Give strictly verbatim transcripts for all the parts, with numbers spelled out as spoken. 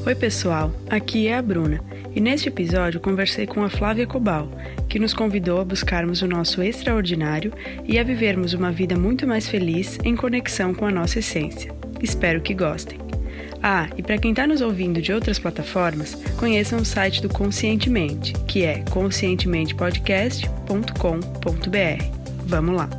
Oi pessoal, aqui é a Bruna e neste episódio conversei com a Flávia Cobal, que nos convidou a buscarmos o nosso extraordinário e a vivermos uma vida muito mais feliz em conexão com a nossa essência. Espero que gostem. Ah, e para quem está nos ouvindo de outras plataformas, conheçam o site do Conscientemente, que é conscientemente podcast ponto com ponto b r. Vamos lá!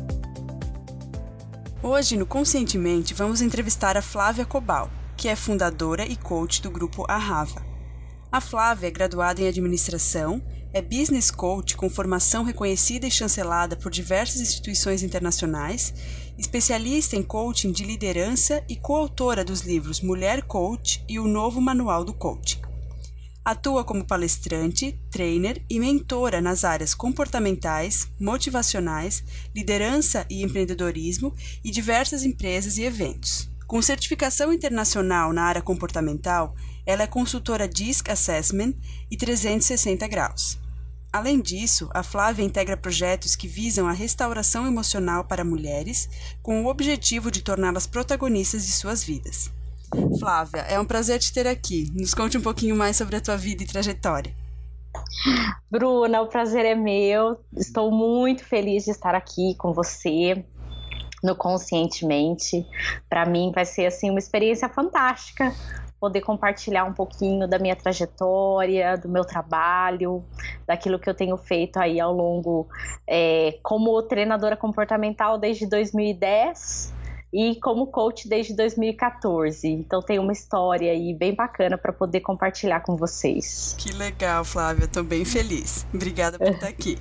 Hoje, no Conscientemente, vamos entrevistar a Flávia Cobal, que é fundadora e coach do grupo Ahava. A Flávia é graduada em administração, é business coach com formação reconhecida e chancelada por diversas instituições internacionais, especialista em coaching de liderança e coautora dos livros Mulher Coach e O Novo Manual do Coaching. Atua como palestrante, trainer e mentora nas áreas comportamentais, motivacionais, liderança e empreendedorismo e diversas empresas e eventos. Com certificação internacional na área comportamental, ela é consultora DISC Assessment e trezentos e sessenta graus. Além disso, a Flávia integra projetos que visam a restauração emocional para mulheres, com o objetivo de torná-las protagonistas de suas vidas. Flávia, é um prazer te ter aqui. Nos conte um pouquinho mais sobre a tua vida e trajetória. Bruna, o prazer é meu. Estou muito feliz de estar aqui com você no Conscientemente. Para mim vai ser assim uma experiência fantástica poder compartilhar um pouquinho da minha trajetória, do meu trabalho, daquilo que eu tenho feito aí ao longo é, como treinadora comportamental desde dois mil e dez e como coach desde dois mil e quatorze. Então tem uma história aí bem bacana para poder compartilhar com vocês. Que legal, Flávia, estou bem feliz. Obrigada por estar aqui.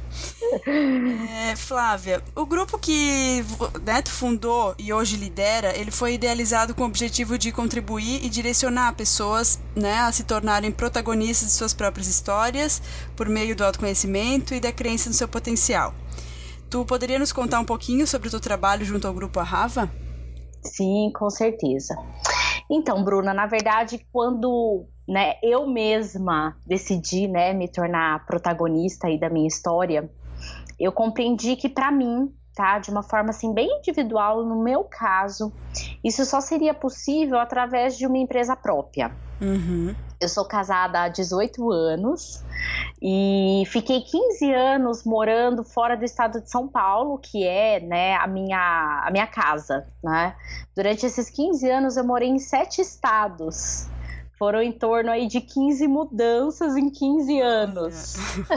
É, Flávia, o grupo que né, tu fundou e hoje lidera, ele foi idealizado com o objetivo de contribuir e direcionar pessoas né, a se tornarem protagonistas de suas próprias histórias por meio do autoconhecimento e da crença no seu potencial. Tu poderia nos contar um pouquinho sobre o teu trabalho junto ao grupo Ahava? Sim, com certeza. Então, Bruna, na verdade, quando né, eu mesma decidi né, me tornar protagonista aí da minha história, eu compreendi que para mim, tá, de uma forma assim bem individual, no meu caso, isso só seria possível através de uma empresa própria. Uhum. Eu sou casada há dezoito anos e fiquei quinze anos morando fora do estado de São Paulo, que é né, a, minha, a minha casa. Né? Durante esses quinze anos eu morei em sete estados. Foram em torno aí de quinze mudanças em quinze anos.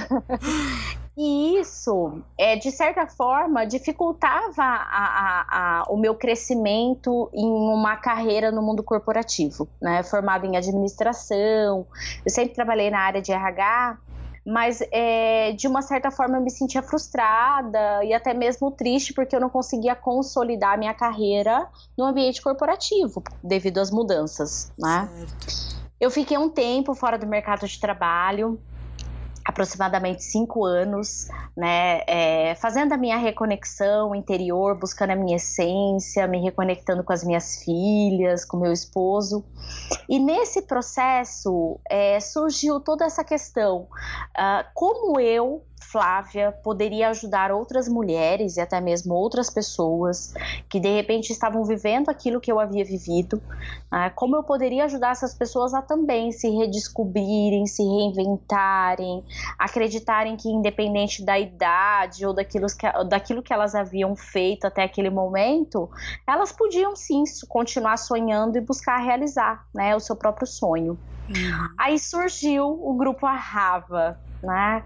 E isso, é, de certa forma, dificultava a, a, a, o meu crescimento em uma carreira no mundo corporativo, né? Formada em administração, eu sempre trabalhei na área de R H, mas é, de uma certa forma eu me sentia frustrada e até mesmo triste porque eu não conseguia consolidar a minha carreira no ambiente corporativo devido às mudanças, né? Certo. Eu fiquei um tempo fora do mercado de trabalho, aproximadamente cinco anos, né, é, fazendo a minha reconexão interior, buscando a minha essência, me reconectando com as minhas filhas, com meu esposo. E nesse processo é, surgiu toda essa questão, uh, como eu, Flávia, poderia ajudar outras mulheres e até mesmo outras pessoas que de repente estavam vivendo aquilo que eu havia vivido, uh, como eu poderia ajudar essas pessoas a também se redescobrirem, se reinventarem, acreditarem que independente da idade ou daquilo que, daquilo que elas haviam feito até aquele momento, elas podiam sim continuar sonhando e buscar realizar né, o seu próprio sonho. Uhum. Aí surgiu o grupo Ahava, né?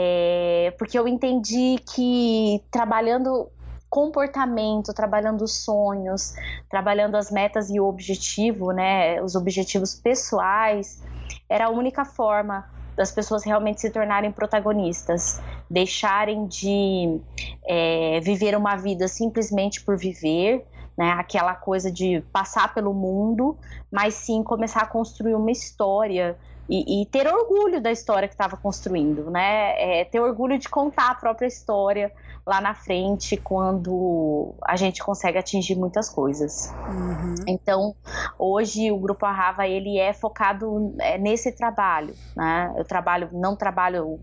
É, porque eu entendi que trabalhando comportamento, trabalhando sonhos, trabalhando as metas e o objetivo, né, os objetivos pessoais, era a única forma das pessoas realmente se tornarem protagonistas, deixarem de é, viver uma vida simplesmente por viver, né, aquela coisa de passar pelo mundo, mas sim começar a construir uma história e, e ter orgulho da história que estava construindo, né, é, ter orgulho de contar a própria história lá na frente, quando a gente consegue atingir muitas coisas. Uhum. Então, hoje o Grupo Ahava, ele é focado é, nesse trabalho, né? Eu trabalho, não trabalho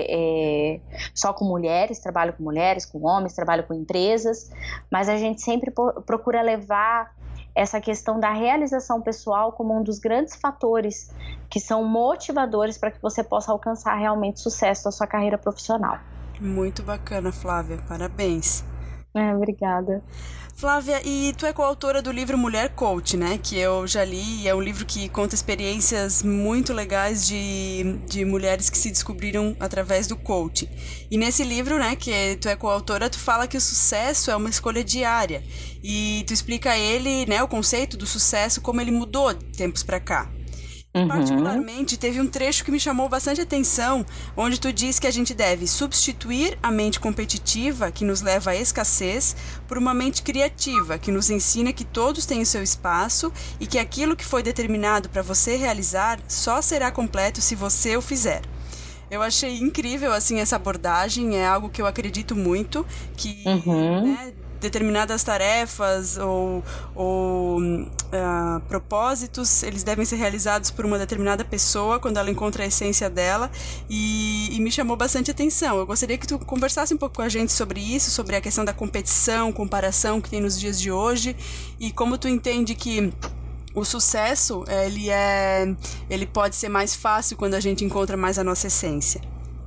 é, é, só com mulheres, trabalho com mulheres, com homens, trabalho com empresas, mas a gente sempre procura levar essa questão da realização pessoal como um dos grandes fatores que são motivadores para que você possa alcançar realmente sucesso na sua carreira profissional. Muito bacana, Flávia. Parabéns. É, obrigada. Flávia, e tu é coautora do livro Mulher Coach, né? Que eu já li, e é um livro que conta experiências muito legais de, de mulheres que se descobriram através do coaching. E nesse livro, né, que tu é coautora, tu fala que o sucesso é uma escolha diária. E tu explica ele, né, o conceito do sucesso, como ele mudou de tempos pra cá. Uhum. Particularmente, teve um trecho que me chamou bastante atenção, onde tu diz que a gente deve substituir a mente competitiva, que nos leva à escassez, por uma mente criativa, que nos ensina que todos têm o seu espaço e que aquilo que foi determinado para você realizar só será completo se você o fizer. Eu achei incrível, assim, essa abordagem, é algo que eu acredito muito, que, uhum. né, determinadas tarefas ou, ou uh, propósitos, eles devem ser realizados por uma determinada pessoa quando ela encontra a essência dela, e, e me chamou bastante atenção. Eu gostaria que tu conversasse um pouco com a gente sobre isso, sobre a questão da competição, comparação que tem nos dias de hoje, e como tu entende que o sucesso, ele, é, ele pode ser mais fácil quando a gente encontra mais a nossa essência.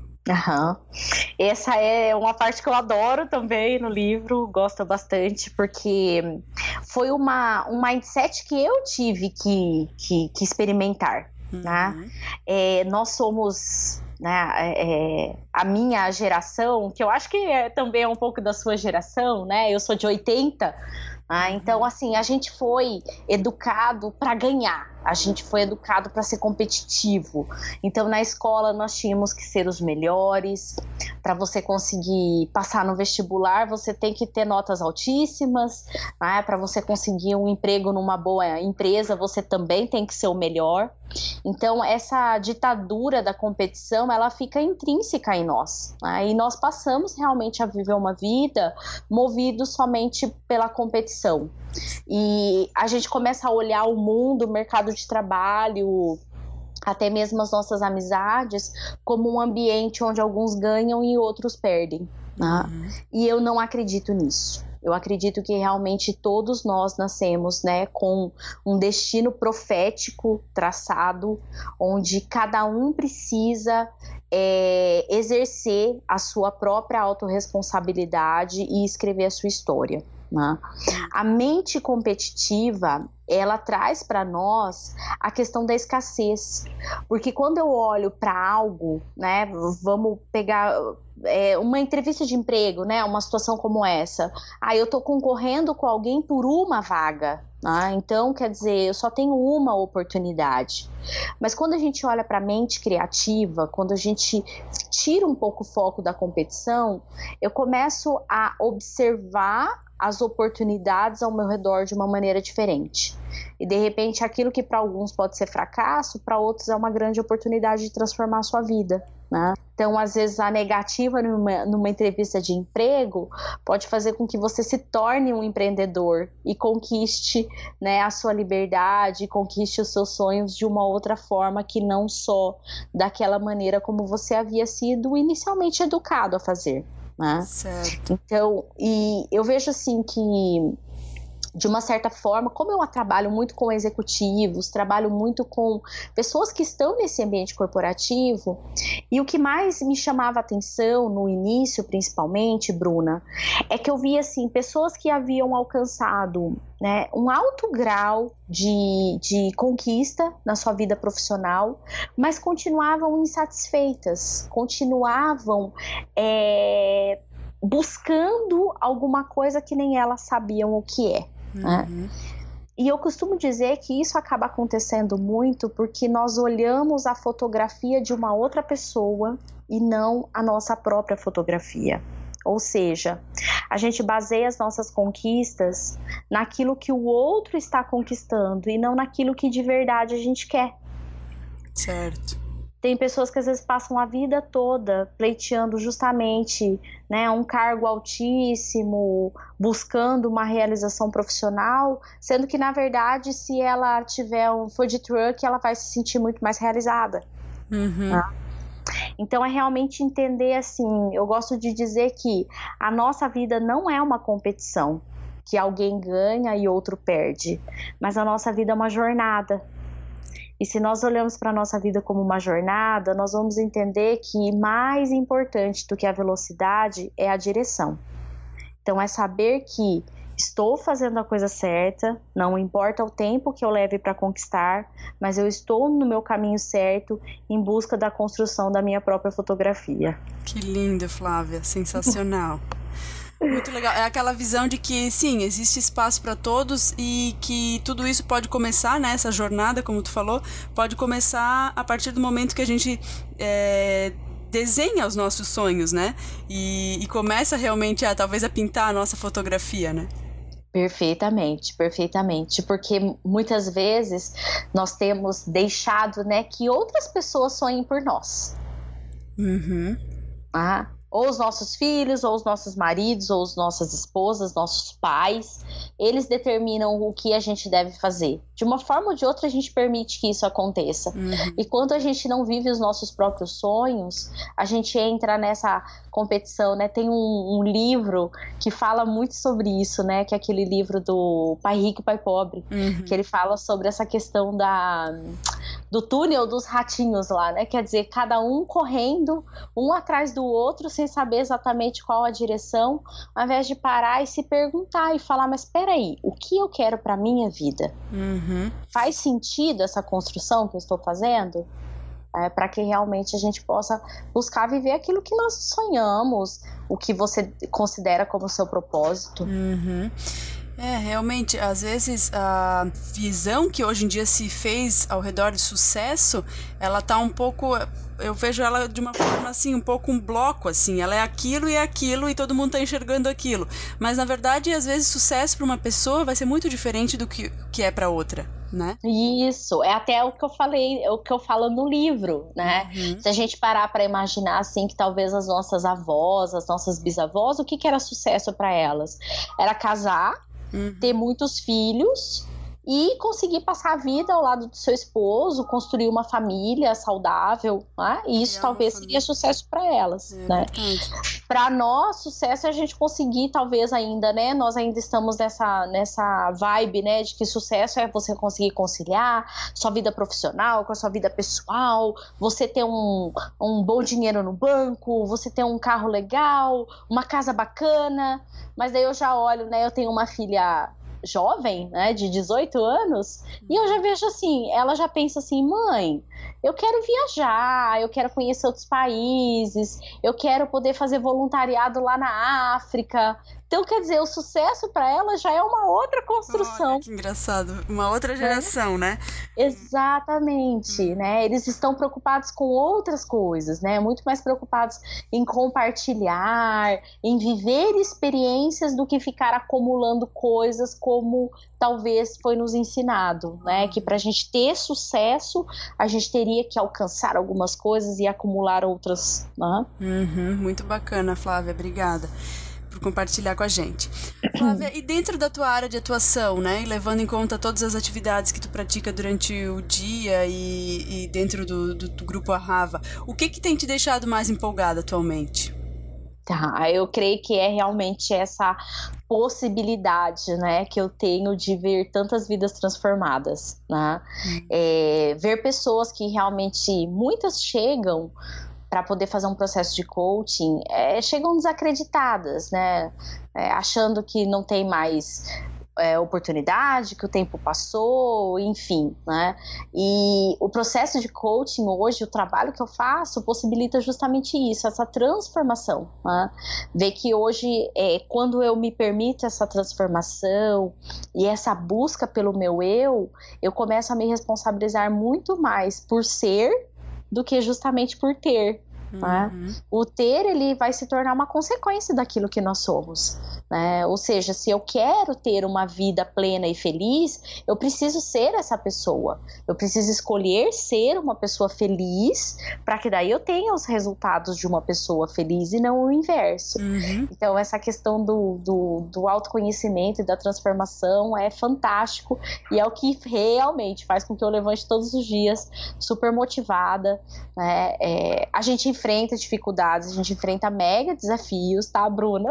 Uhum. Essa é uma parte que eu adoro também no livro, gosto bastante, porque foi uma, um mindset que eu tive que, que, que experimentar. Uhum. Né? É, nós somos, né, é, a minha geração, que eu acho que é, também é um pouco da sua geração, né? Eu sou de oitenta, ah, então, assim, a gente foi educado para ganhar, a gente foi educado para ser competitivo. Então, na escola, nós tínhamos que ser os melhores. Para você conseguir passar no vestibular, você tem que ter notas altíssimas, né? Para você conseguir um emprego numa boa empresa, você também tem que ser o melhor. Então, essa ditadura da competição, ela fica intrínseca em nós, né? E nós passamos realmente a viver uma vida movidos somente pela competição. E a gente começa a olhar o mundo, o mercado de trabalho, até mesmo as nossas amizades, como um ambiente onde alguns ganham e outros perdem, né? Uhum. E eu não acredito nisso. Eu acredito que realmente todos nós nascemos, né, com um destino profético traçado, onde cada um precisa é, exercer a sua própria autorresponsabilidade e escrever a sua história. Né? A mente competitiva, ela traz para nós a questão da escassez, porque quando eu olho para algo, né, vamos pegar é, uma entrevista de emprego, né, uma situação como essa, ah, eu estou concorrendo com alguém por uma vaga, né? Então, quer dizer, eu só tenho uma oportunidade. Mas quando a gente olha para a mente criativa, quando a gente tira um pouco o foco da competição, eu começo a observar as oportunidades ao meu redor de uma maneira diferente. E de repente aquilo que para alguns pode ser fracasso, para outros é uma grande oportunidade de transformar a sua vida, né? Então, às vezes, a negativa numa, numa entrevista de emprego pode fazer com que você se torne um empreendedor e conquiste, né, a sua liberdade, conquiste os seus sonhos de uma outra forma que não só daquela maneira como você havia sido inicialmente educado a fazer. Né? Certo. Então, e eu vejo assim que, de uma certa forma, como eu trabalho muito com executivos, trabalho muito com pessoas que estão nesse ambiente corporativo, e o que mais me chamava a atenção no início, principalmente, Bruna, é que eu via assim, pessoas que haviam alcançado, né, um alto grau de, de conquista na sua vida profissional, mas continuavam insatisfeitas, continuavam é, buscando alguma coisa que nem elas sabiam o que é. Uhum. Né? E eu costumo dizer que isso acaba acontecendo muito porque nós olhamos a fotografia de uma outra pessoa e não a nossa própria fotografia. Ou seja, a gente baseia as nossas conquistas naquilo que o outro está conquistando e não naquilo que de verdade a gente quer. Certo. Tem pessoas que às vezes passam a vida toda pleiteando justamente, né, um cargo altíssimo, buscando uma realização profissional, sendo que, na verdade, se ela tiver um food truck, ela vai se sentir muito mais realizada. Uhum. Né? Então, é realmente entender assim, eu gosto de dizer que a nossa vida não é uma competição. que alguém ganha e outro perde, mas a nossa vida é uma jornada. E se nós olhamos para a nossa vida como uma jornada, nós vamos entender que mais importante do que a velocidade é a direção. Então é saber que estou fazendo a coisa certa, não importa o tempo que eu leve para conquistar, mas eu estou no meu caminho certo em busca da construção da minha própria fotografia. Que lindo, Flávia, sensacional. Muito legal, é aquela visão de que sim, existe espaço para todos e que tudo isso pode começar, né, essa jornada, como tu falou, pode começar a partir do momento que a gente é, desenha os nossos sonhos, né, e, e começa realmente a, talvez, a pintar a nossa fotografia, né. Perfeitamente, perfeitamente, porque muitas vezes nós temos deixado, né, que outras pessoas sonhem por nós. Uhum. Ah, ou os nossos filhos, ou os nossos maridos, ou as nossas esposas, nossos pais, eles determinam o que a gente deve fazer. De uma forma ou de outra, a gente permite que isso aconteça. Uhum. E quando a gente não vive os nossos próprios sonhos, a gente entra nessa competição, né? Tem um, um livro que fala muito sobre isso, né? Que é aquele livro do Pai Rico e Pai Pobre, uhum. que ele fala sobre essa questão da... do túnel dos ratinhos lá, né? Quer dizer, cada um correndo, um atrás do outro, sem saber exatamente qual a direção, ao invés de parar e se perguntar e falar, mas peraí, o que eu quero para minha vida? Uhum. Faz sentido essa construção que eu estou fazendo? É, para que realmente a gente possa buscar viver aquilo que nós sonhamos, o que você considera como seu propósito. Uhum. É, realmente, às vezes a visão que hoje em dia se fez ao redor de sucesso, ela tá um pouco, eu vejo ela de uma forma assim, um pouco um bloco, assim, ela é aquilo e é aquilo e todo mundo tá enxergando aquilo, mas na verdade, às vezes, sucesso para uma pessoa vai ser muito diferente do que, que é para outra, né? Isso, é até o que eu falei, o que eu falo no livro, né? Uhum. Se a gente parar para imaginar, assim, que talvez as nossas avós, as nossas bisavós, o que que era sucesso para elas? Era casar, Uhum. ter muitos filhos e conseguir passar a vida ao lado do seu esposo, construir uma família saudável, né? E isso é talvez seria sucesso para elas, é, né? Para nós, sucesso é a gente conseguir, talvez ainda, né? Nós ainda estamos nessa, nessa vibe, né? De que sucesso é você conseguir conciliar sua vida profissional com a sua vida pessoal, você ter um, um bom dinheiro no banco, você ter um carro legal, uma casa bacana. Mas daí eu já olho, né? Eu tenho uma filha jovem, né, de dezoito anos, e eu já vejo assim, ela já pensa assim, mãe, eu quero viajar, eu quero conhecer outros países, eu quero poder fazer voluntariado lá na África. Então, quer dizer, o sucesso para ela já é uma outra construção. Olha, que engraçado, uma outra geração, é. né? Exatamente, hum. né? Eles estão preocupados com outras coisas, né? Muito mais preocupados em compartilhar, em viver experiências do que ficar acumulando coisas como talvez foi nos ensinado, né? Que para a gente ter sucesso, a gente teria que alcançar algumas coisas e acumular outras, né? Uhum, muito bacana, Flávia, obrigada por compartilhar com a gente. Flávia, e dentro da tua área de atuação, né, e levando em conta todas as atividades que tu pratica durante o dia e, e dentro do, do, do grupo Arrava, o que que tem te deixado mais empolgada atualmente? Tá, eu creio que é realmente essa possibilidade, né, que eu tenho de ver tantas vidas transformadas, né, hum. é, ver pessoas que realmente, muitas chegam para poder fazer um processo de coaching, é, chegam desacreditadas, né, é, achando que não tem mais é, oportunidade, que o tempo passou, enfim, né, e o processo de coaching hoje, o trabalho que eu faço, possibilita justamente isso, essa transformação, né, ver que hoje, é, quando eu me permito essa transformação e essa busca pelo meu eu, eu começo a me responsabilizar muito mais por ser do que justamente por ter. Uhum. Né? O ter, ele vai se tornar uma consequência daquilo que nós somos, né? Ou seja, se eu quero ter uma vida plena e feliz, eu preciso ser essa pessoa, eu preciso escolher ser uma pessoa feliz, para que daí eu tenha os resultados de uma pessoa feliz e não o inverso. Uhum. Então essa questão do, do, do autoconhecimento e da transformação é fantástico, e é o que realmente faz com que eu levante todos os dias super motivada, né? É, a gente enfrenta dificuldades, a gente enfrenta mega desafios, tá, Bruna?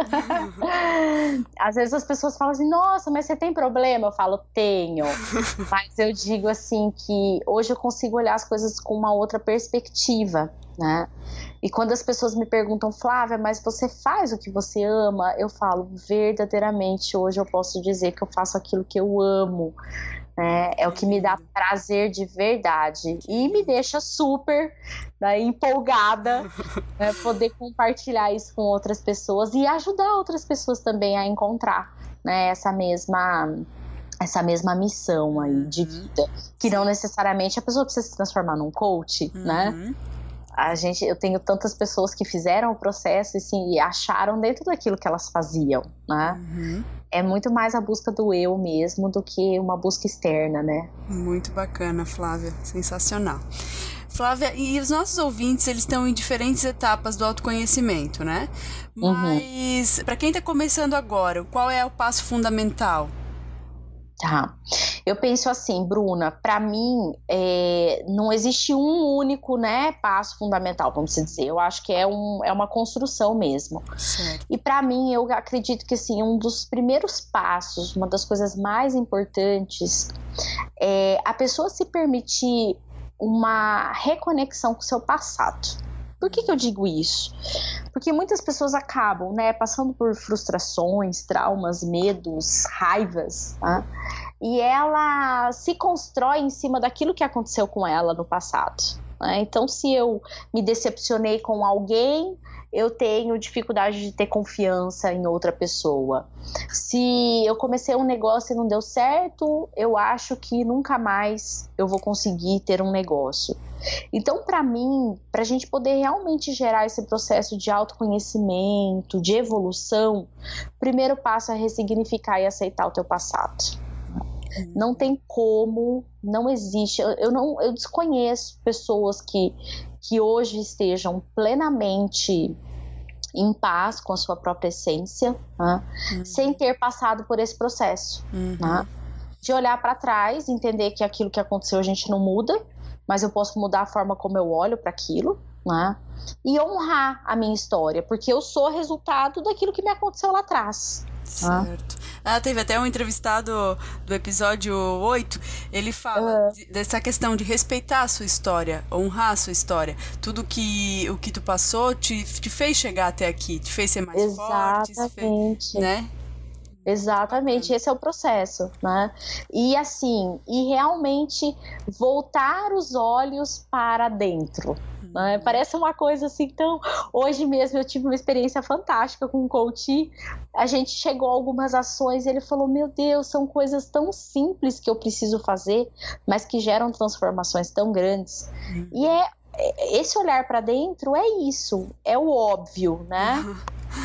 Às vezes as pessoas falam assim, nossa, mas você tem problema? Eu falo, tenho. Mas eu digo assim que hoje eu consigo olhar as coisas com uma outra perspectiva, né? E quando as pessoas me perguntam, Flávia, mas você faz o que você ama? Eu falo, verdadeiramente, hoje eu posso dizer que eu faço aquilo que eu amo. né? É o que me dá prazer de verdade e me deixa super, né, empolgada, né, poder compartilhar isso com outras pessoas e ajudar outras pessoas também a encontrar, né, essa mesma essa mesma missão aí de vida, que não necessariamente a pessoa precisa se transformar num coach, uhum. né? A gente, eu tenho tantas pessoas que fizeram o processo e, assim, e acharam dentro daquilo que elas faziam, né? Uhum. É muito mais a busca do eu mesmo do que uma busca externa, né? Muito bacana, Flávia. Sensacional. Flávia, e os nossos ouvintes, eles estão em diferentes etapas do autoconhecimento, né? Mas, uhum. para quem está começando agora, qual é o passo fundamental? Tá. Eu penso assim, Bruna, para mim é, não existe um único, né, passo fundamental, vamos dizer. Eu acho que é, um, é uma construção mesmo. Certo. E para mim, eu acredito que assim, um dos primeiros passos, uma das coisas mais importantes, é a pessoa se permitir uma reconexão com o seu passado. Por que que eu digo isso? Porque muitas pessoas acabam, né, passando por frustrações, traumas, medos, raivas, tá? E ela se constrói em cima daquilo que aconteceu com ela no passado, né? Então, se eu me decepcionei com alguém, eu tenho dificuldade de ter confiança em outra pessoa. Se eu comecei um negócio e não deu certo, eu acho que nunca mais eu vou conseguir ter um negócio. Então, para mim, para a gente poder realmente gerar esse processo de autoconhecimento, de evolução, o primeiro passo é ressignificar e aceitar o teu passado. Não tem como, não existe, eu, não, eu desconheço pessoas que, que hoje estejam plenamente em paz com a sua própria essência, né? Uhum. Sem ter passado por esse processo, uhum. né? De olhar para trás, entender que aquilo que aconteceu a gente não muda, mas eu posso mudar a forma como eu olho para aquilo, né? E honrar a minha história, porque eu sou resultado daquilo que me aconteceu lá atrás. Certo. Ah, teve até um entrevistado do episódio oito, ele fala uhum. dessa questão de respeitar a sua história, honrar a sua história. Tudo que o que tu passou te, te fez chegar até aqui, te fez ser mais Exatamente. forte, fez, né? Exatamente, esse é o processo, né? E assim, e realmente voltar os olhos para dentro, né? Parece uma coisa assim, então, hoje mesmo eu tive uma experiência fantástica com um coach, a gente chegou a algumas ações e ele falou, meu Deus, são coisas tão simples que eu preciso fazer, mas que geram transformações tão grandes. Uhum. E é, esse olhar para dentro é isso, é o óbvio, né? Uhum.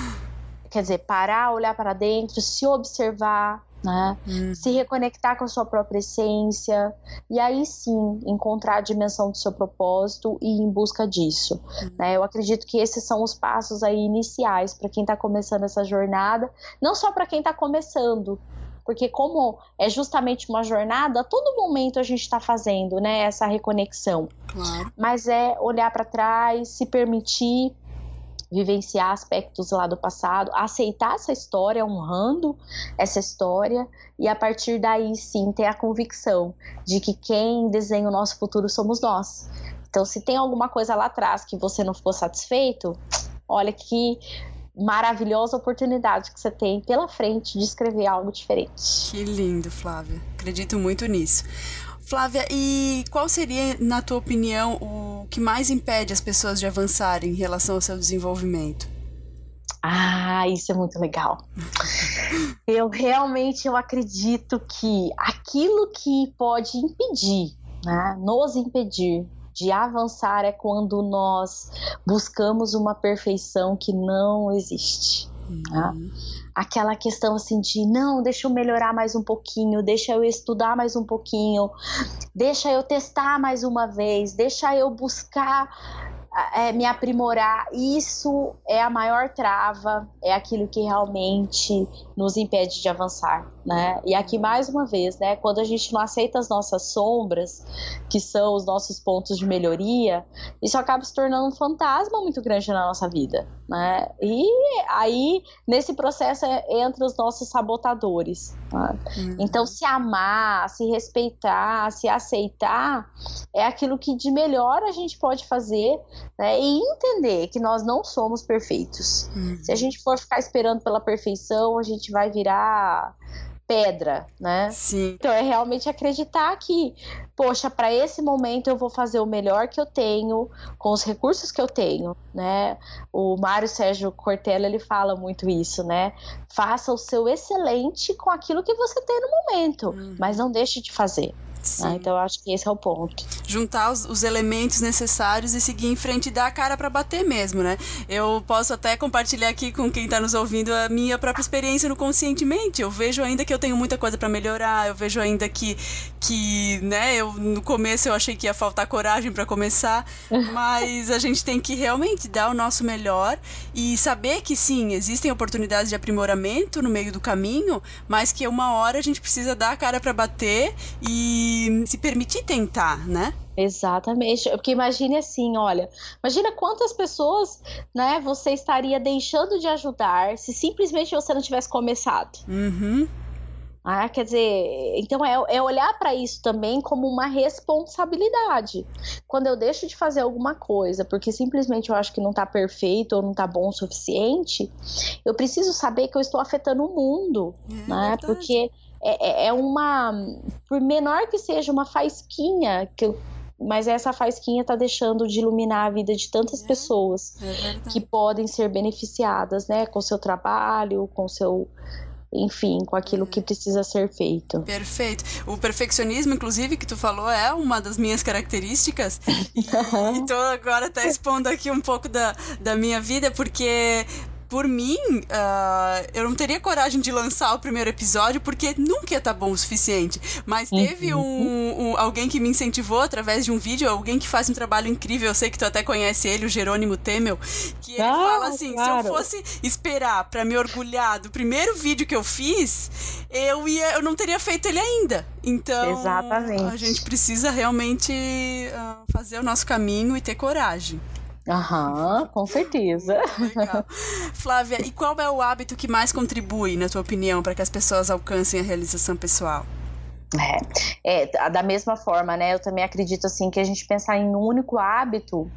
Quer dizer, parar, olhar para dentro, se observar, né? Uhum. Se reconectar com a sua própria essência e aí sim encontrar a dimensão do seu propósito e ir em busca disso. Uhum. Né? Eu acredito que esses são os passos aí iniciais para quem está começando essa jornada, não só para quem está começando, porque como é justamente uma jornada, a todo momento a gente está fazendo, né, essa reconexão. Claro. Mas é olhar para trás, se permitir vivenciar aspectos lá do passado, aceitar essa história, honrando essa história e a partir daí sim ter a convicção de que quem desenha o nosso futuro somos nós. Então se tem alguma coisa lá atrás que você não ficou satisfeito, olha que maravilhosa oportunidade que você tem pela frente de escrever algo diferente. Que lindo, Flávia. Acredito muito nisso. Flávia, e qual seria, na tua opinião, o que mais impede as pessoas de avançarem em relação ao seu desenvolvimento? Ah, isso é muito legal. Eu realmente eu acredito que aquilo que pode impedir, né, nos impedir de avançar é quando nós buscamos uma perfeição que não existe. Uhum. Né? Aquela questão assim de, não, deixa eu melhorar mais um pouquinho, deixa eu estudar mais um pouquinho, deixa eu testar mais uma vez, deixa eu buscar é, me aprimorar, isso é a maior trava, é aquilo que realmente nos impede de avançar, né? E aqui mais uma vez, né, quando a gente não aceita as nossas sombras, que são os nossos pontos de melhoria, isso acaba se tornando um fantasma muito grande na nossa vida, né? E aí, nesse processo, entra os nossos sabotadores, tá? Uhum. Então, se amar, se respeitar, se aceitar, é aquilo que de melhor a gente pode fazer, né? E entender que nós não somos perfeitos. Uhum. Se a gente for ficar esperando pela perfeição, a gente vai virar pedra, né? Sim. Então é realmente acreditar que, poxa, para esse momento eu vou fazer o melhor que eu tenho com os recursos que eu tenho, né? O Mário Sérgio Cortella, ele fala muito isso, né? Faça o seu excelente com aquilo que você tem no momento, uhum. mas não deixe de fazer. Né? Então eu acho que esse é o ponto. Juntar os, os elementos necessários e seguir em frente e dar a cara para bater mesmo, né? Eu posso até compartilhar aqui com quem está nos ouvindo a minha própria experiência no Conscientemente. Eu vejo ainda que eu tenho muita coisa para melhorar, eu vejo ainda que, que né, eu, no começo eu achei que ia faltar coragem para começar, mas a gente tem que realmente dar o nosso melhor e saber que sim, existem oportunidades de aprimoramento no meio do caminho, mas que uma hora a gente precisa dar a cara para bater e se permitir tentar, né? Exatamente, porque imagine assim, olha, imagina quantas pessoas, né, você estaria deixando de ajudar se simplesmente você não tivesse começado. Uhum. Ah, quer dizer, então é, é olhar para isso também como uma responsabilidade. Quando eu deixo de fazer alguma coisa porque simplesmente eu acho que não está perfeito ou não está bom o suficiente, eu preciso saber que eu estou afetando o mundo, é, né? Verdade. Porque é, é uma, por menor que seja uma faísquinha, que eu, mas essa faísquinha está deixando de iluminar a vida de tantas é, pessoas é que podem ser beneficiadas, né? Com o seu trabalho, com o seu... enfim, com aquilo que precisa ser feito. Perfeito. O perfeccionismo, inclusive, que tu falou, é uma das minhas características. E tô agora até expondo aqui um pouco da, da minha vida, porque... por mim, uh, eu não teria coragem de lançar o primeiro episódio porque nunca ia estar bom o suficiente. Mas teve uhum. um, um, alguém que me incentivou através de um vídeo, alguém que faz um trabalho incrível, eu sei que tu até conhece ele, o Jerônimo Temel, que ele ah, fala assim, claro. Se eu fosse esperar pra me orgulhar do primeiro vídeo que eu fiz, eu, ia, eu não teria feito ele ainda. Então, exatamente. A gente precisa realmente uh, fazer o nosso caminho e ter coragem. Aham, com certeza. Legal. Flávia, e qual é o hábito que mais contribui, na tua opinião, para que as pessoas alcancem a realização pessoal? É, é, da mesma forma, né? Eu também acredito assim que a gente pensar em um único hábito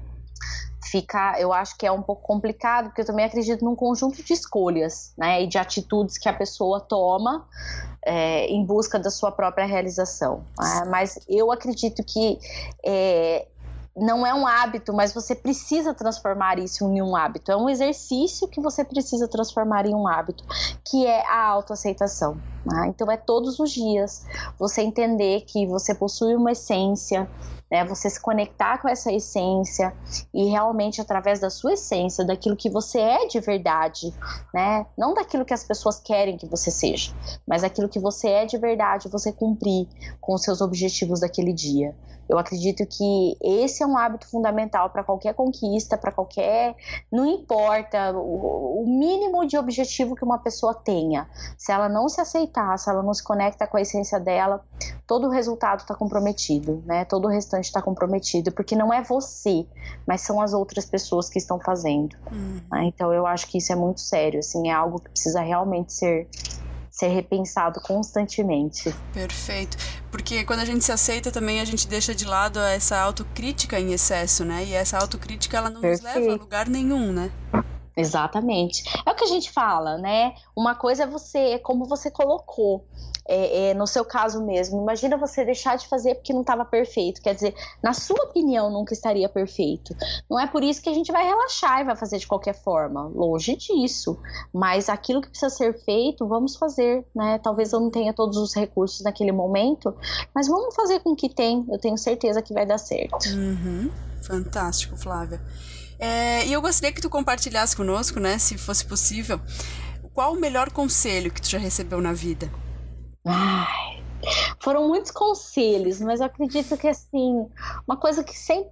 fica, eu acho que é um pouco complicado, porque eu também acredito num conjunto de escolhas, né? E de atitudes que a pessoa toma é, em busca da sua própria realização. Né? Mas eu acredito que é, não é um hábito, mas você precisa transformar isso em um hábito. É um exercício que você precisa transformar em um hábito, que é a autoaceitação. Né? Então é todos os dias você entender que você possui uma essência, né? Você se conectar com essa essência e realmente através da sua essência, daquilo que você é de verdade, né? Não daquilo que as pessoas querem que você seja, mas daquilo que você é de verdade, você cumprir com os seus objetivos daquele dia. Eu acredito que esse é um hábito fundamental para qualquer conquista, para qualquer... Não importa o, o mínimo de objetivo que uma pessoa tenha. Se ela não se aceitar, se ela não se conecta com a essência dela, todo o resultado está comprometido, né? Todo o restante está comprometido, porque não é você, mas são as outras pessoas que estão fazendo. Uhum. Né? Então eu acho que isso é muito sério, assim, é algo que precisa realmente ser... ser repensado constantemente. Perfeito, porque quando a gente se aceita também a gente deixa de lado essa autocrítica em excesso, né? E essa autocrítica ela não Perfeito. Nos leva a lugar nenhum, né? Exatamente. É o que a gente fala, né? Uma coisa é você, como você colocou, é, é, no seu caso mesmo, imagina você deixar de fazer porque não estava perfeito, quer dizer, na sua opinião nunca estaria perfeito. Não é por isso que a gente vai relaxar e vai fazer de qualquer forma, longe disso, mas aquilo que precisa ser feito, vamos fazer, né? Talvez eu não tenha todos os recursos naquele momento, mas vamos fazer com o que tem, eu tenho certeza que vai dar certo. Uhum. Fantástico, Flávia. É, e eu gostaria que tu compartilhasse conosco, né, se fosse possível, qual o melhor conselho que tu já recebeu na vida? Ai, foram muitos conselhos, mas eu acredito que, assim, uma coisa que sempre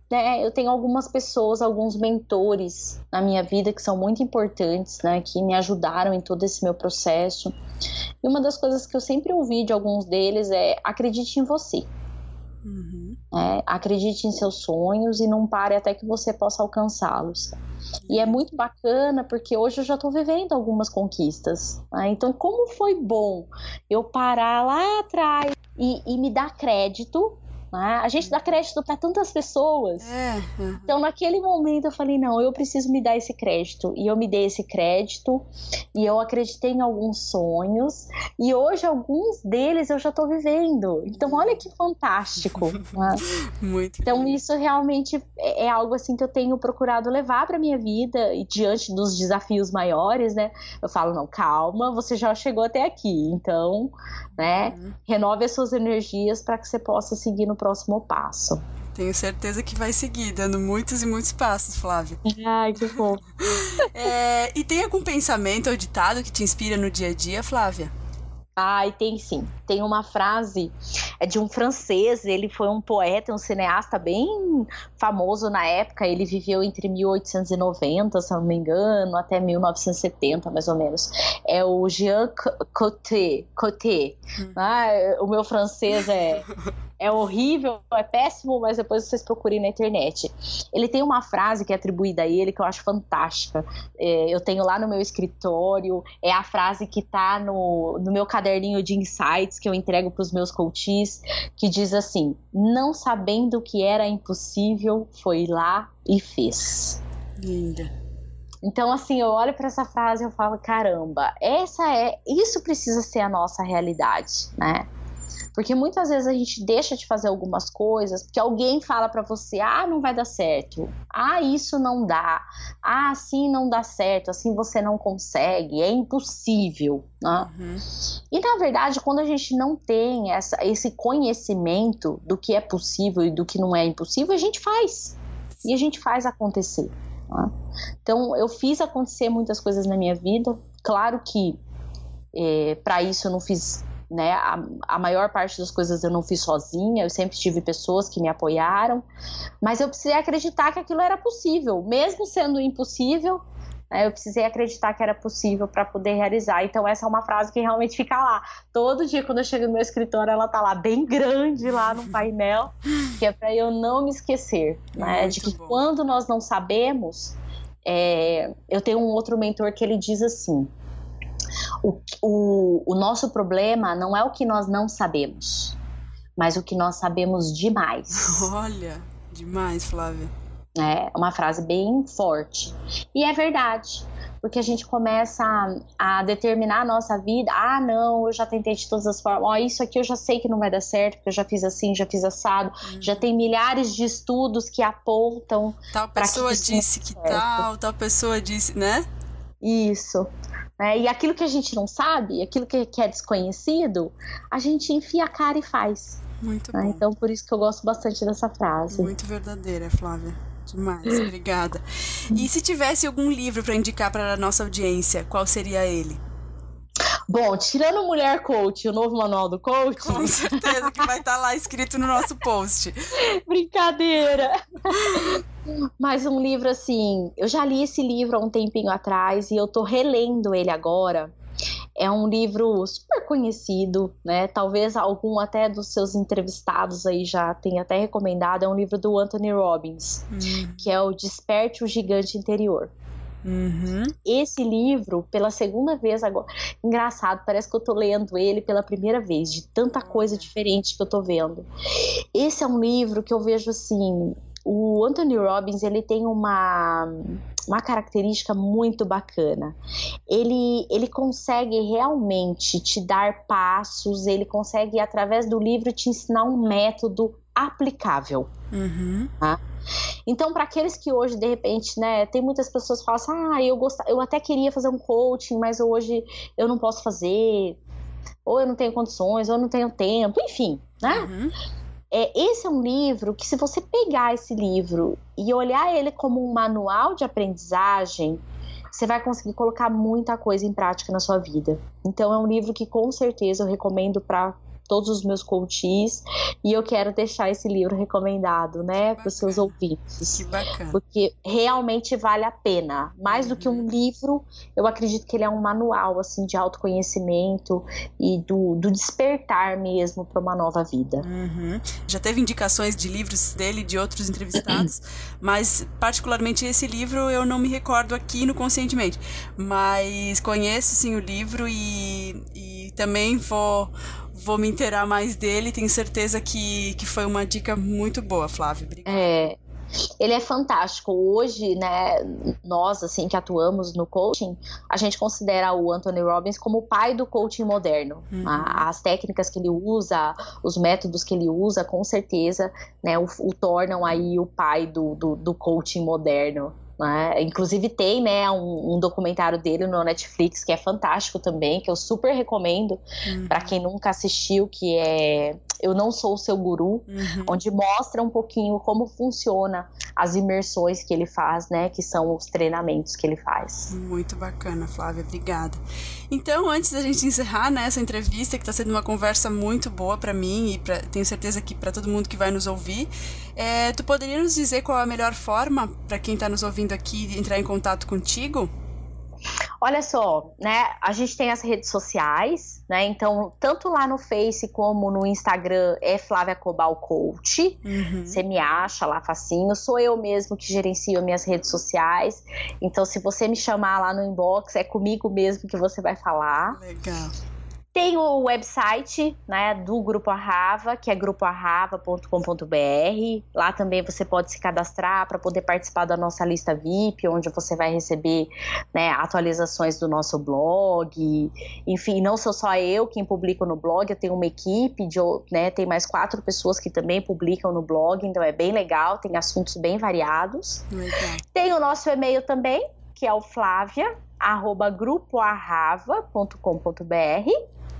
né, eu tenho algumas pessoas, alguns mentores na minha vida que são muito importantes, né, que me ajudaram em todo esse meu processo. E uma das coisas que eu sempre ouvi de alguns deles é: acredite em você. Uhum. É, acredite em seus sonhos e não pare até que você possa alcançá-los. E é muito bacana porque hoje eu já estou vivendo algumas conquistas, né? Então, como foi bom eu parar lá atrás e, e me dar crédito, né? A gente dá crédito para tantas pessoas. É, uhum. Então, naquele momento eu falei: não, eu preciso me dar esse crédito. E eu me dei esse crédito e eu acreditei em alguns sonhos e hoje alguns deles eu já estou vivendo. Então, olha que fantástico, né? Muito então lindo. Isso realmente é, é algo assim que eu tenho procurado levar para minha vida, e diante dos desafios maiores, né, eu falo: não, calma, você já chegou até aqui, então, né, uhum. renove as suas energias para que você possa seguir no próximo passo. Tenho certeza que vai seguir, dando muitos e muitos passos, Flávia. Ai, que bom. é, e tem algum pensamento ou ditado que te inspira no dia a dia, Flávia? Ai, tem sim. Tem uma frase, é de um francês, ele foi um poeta, um cineasta bem famoso na época. Ele viveu entre mil oitocentos e noventa, se eu não me engano, até mil novecentos e setenta, mais ou menos. É o Jean Cocteau. Cocteau. Hum. Ah, o meu francês é... É horrível, é péssimo, mas depois vocês procurem na internet. Ele tem uma frase que é atribuída a ele que eu acho fantástica. É, eu tenho lá no meu escritório, é a frase que tá no, no meu caderninho de insights que eu entrego para os meus coaches, que diz assim: não sabendo o que era impossível, foi lá e fez. Linda. Então, assim, eu olho para essa frase e eu falo: caramba, essa é, isso precisa ser a nossa realidade, né? Porque muitas vezes a gente deixa de fazer algumas coisas porque alguém fala pra você: ah, não vai dar certo, ah, isso não dá, ah, assim não dá certo, assim você não consegue, é impossível, né? Uhum. E na verdade, quando a gente não tem essa, esse conhecimento do que é possível e do que não é impossível, a gente faz, e a gente faz acontecer, né? Então, eu fiz acontecer muitas coisas na minha vida. Claro que é, para isso eu não fiz... Né? A, a maior parte das coisas eu não fiz sozinha, eu sempre tive pessoas que me apoiaram, mas eu precisei acreditar que aquilo era possível, mesmo sendo impossível, né? Eu precisei acreditar que era possível para poder realizar. Então essa é uma frase que realmente fica lá, todo dia quando eu chego no meu escritório, ela tá lá bem grande, lá no painel, que é para eu não me esquecer, né? De que bom. Quando nós não sabemos, é... eu tenho um outro mentor que ele diz assim: O, o, o nosso problema não é o que nós não sabemos, mas o que nós sabemos demais. Olha, demais, Flávia. É uma frase bem forte. E é verdade, porque a gente começa a, a determinar a nossa vida. Ah, não, eu já tentei de todas as formas. Ó, isso aqui eu já sei que não vai dar certo, porque eu já fiz assim, já fiz assado. Hum. Já tem milhares de estudos que apontam. Tal pessoa que disse que tal, tal pessoa disse, né? Isso. É, e aquilo que a gente não sabe, aquilo que, que é desconhecido, a gente enfia a cara e faz. Muito bom. É, então, por isso que eu gosto bastante dessa frase. Muito verdadeira, Flávia. Demais, obrigada. E se tivesse algum livro para indicar para a nossa audiência, qual seria ele? Bom, tirando Mulher Coach, o novo manual do coach... Com certeza que vai estar lá escrito no nosso post. Brincadeira! Mas um livro assim, eu já li esse livro há um tempinho atrás e eu tô relendo ele agora. É um livro super conhecido, né? Talvez algum até dos seus entrevistados aí já tenha até recomendado. É um livro do Anthony Robbins, uhum. que é o Desperte o Gigante Interior. Uhum. Esse livro, pela segunda vez agora, engraçado, parece que eu tô lendo ele pela primeira vez, de tanta coisa diferente que eu tô vendo. Esse é um livro que eu vejo assim, o Anthony Robbins, ele tem uma, uma característica muito bacana. Ele, ele consegue realmente te dar passos, ele consegue, através do livro, te ensinar um método aplicável. Uhum. Tá? Então, para aqueles que hoje, de repente, né, tem muitas pessoas que falam assim: ah, eu, gost... eu até queria fazer um coaching, mas hoje eu não posso fazer, ou eu não tenho condições, ou eu não tenho tempo, enfim, né? Uhum. É, esse é um livro que, se você pegar esse livro e olhar ele como um manual de aprendizagem, você vai conseguir colocar muita coisa em prática na sua vida. Então, é um livro que, com certeza, eu recomendo para todos os meus coaches, e eu quero deixar esse livro recomendado, né, para os seus ouvintes. Que bacana. Porque realmente vale a pena. Mais uhum. do que um livro, eu acredito que ele é um manual, assim, de autoconhecimento e do, do despertar mesmo para uma nova vida. Uhum. Já teve indicações de livros dele, de outros entrevistados, mas particularmente esse livro eu não me recordo aqui no Conscientemente, mas conheço sim o livro e, e também vou, vou me inteirar mais dele. Tenho certeza que, que foi uma dica muito boa, Flávia. Obrigada. É, ele é fantástico. Hoje, né, nós assim que atuamos no coaching, a gente considera o Anthony Robbins como o pai do coaching moderno. Uhum. As técnicas que ele usa, os métodos que ele usa, com certeza, né, o, o tornam aí o pai do, do, do coaching moderno. Né? Inclusive tem, né, um, um documentário dele no Netflix que é fantástico também, que eu super recomendo uhum. para quem nunca assistiu, que é Eu Não Sou o Seu Guru, uhum. onde mostra um pouquinho como funciona as imersões que ele faz, né, que são os treinamentos que ele faz. Muito bacana, Flávia, obrigada. Então, antes da gente encerrar, né, essa entrevista, que está sendo uma conversa muito boa para mim e pra, tenho certeza que para todo mundo que vai nos ouvir, é, tu poderia nos dizer qual é a melhor forma para quem está nos ouvindo aqui entrar em contato contigo? Olha só, né, a gente tem as redes sociais, né, então tanto lá no Face como no Instagram é Flávia Cobal Coach, uhum. Você me acha lá facinho, sou eu mesmo que gerencio minhas redes sociais, então se você me chamar lá no inbox, é comigo mesmo que você vai falar. Legal. Tem o website, né, do Grupo Arrava, que é grupo arrava ponto com ponto b r. Lá também você pode se cadastrar para poder participar da nossa lista V I P, onde você vai receber, né, atualizações do nosso blog. Enfim, não sou só eu quem publico no blog, eu tenho uma equipe, de, né, tem mais quatro pessoas que também publicam no blog, então é bem legal, tem assuntos bem variados. Legal. Tem o nosso e-mail também, que é o flávia arroba grupo arrava ponto com ponto b r.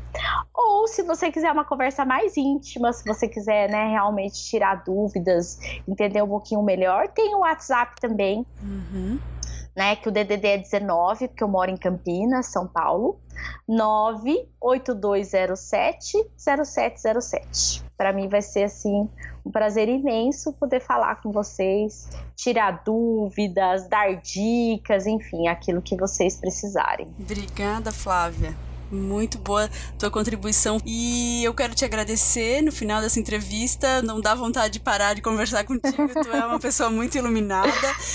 Ou se você quiser uma conversa mais íntima, se você quiser, né, realmente tirar dúvidas, entender um pouquinho melhor, tem o WhatsApp também, uhum. né, que o D D D é dezenove, porque eu moro em Campinas, São Paulo, nove oito dois zero sete zero sete zero sete. Para mim vai ser, assim, um prazer imenso poder falar com vocês, tirar dúvidas, dar dicas, enfim, aquilo que vocês precisarem. Obrigada, Flávia. Muito boa tua contribuição e eu quero te agradecer no final dessa entrevista, não dá vontade de parar de conversar contigo, tu é uma pessoa muito iluminada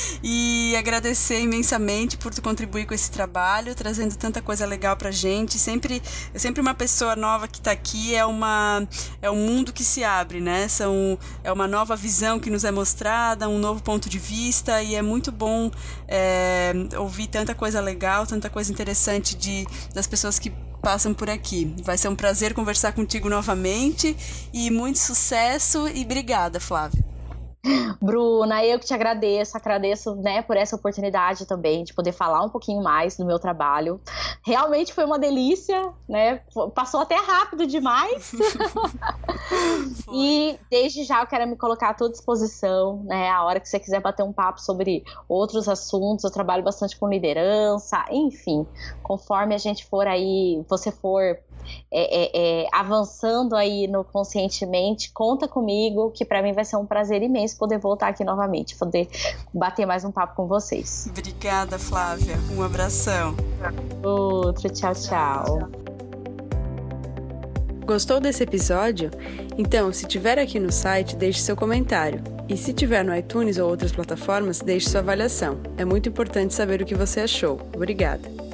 e agradecer imensamente por tu contribuir com esse trabalho, trazendo tanta coisa legal pra gente, sempre, sempre uma pessoa nova que tá aqui é, uma, é um mundo que se abre, né, São, é uma nova visão que nos é mostrada, um novo ponto de vista e é muito bom é, ouvir tanta coisa legal, tanta coisa interessante de, das pessoas que passam por aqui. Vai ser um prazer conversar contigo novamente e muito sucesso e obrigada, Flávia. Bruna, eu que te agradeço, agradeço, né, por essa oportunidade também de poder falar um pouquinho mais do meu trabalho. Realmente foi uma delícia, né, passou até rápido demais. E desde já eu quero me colocar à tua disposição, né, a hora que você quiser bater um papo sobre outros assuntos, eu trabalho bastante com liderança, enfim, conforme a gente for aí, você for É, é, é, avançando aí no Conscientemente, conta comigo, que para mim vai ser um prazer imenso poder voltar aqui novamente, poder bater mais um papo com vocês. Obrigada, Flávia. Um abração. Outro, tchau, tchau. Gostou desse episódio? Então, se tiver aqui no site, deixe seu comentário. E se tiver no iTunes ou outras plataformas, deixe sua avaliação. É muito importante saber o que você achou. Obrigada.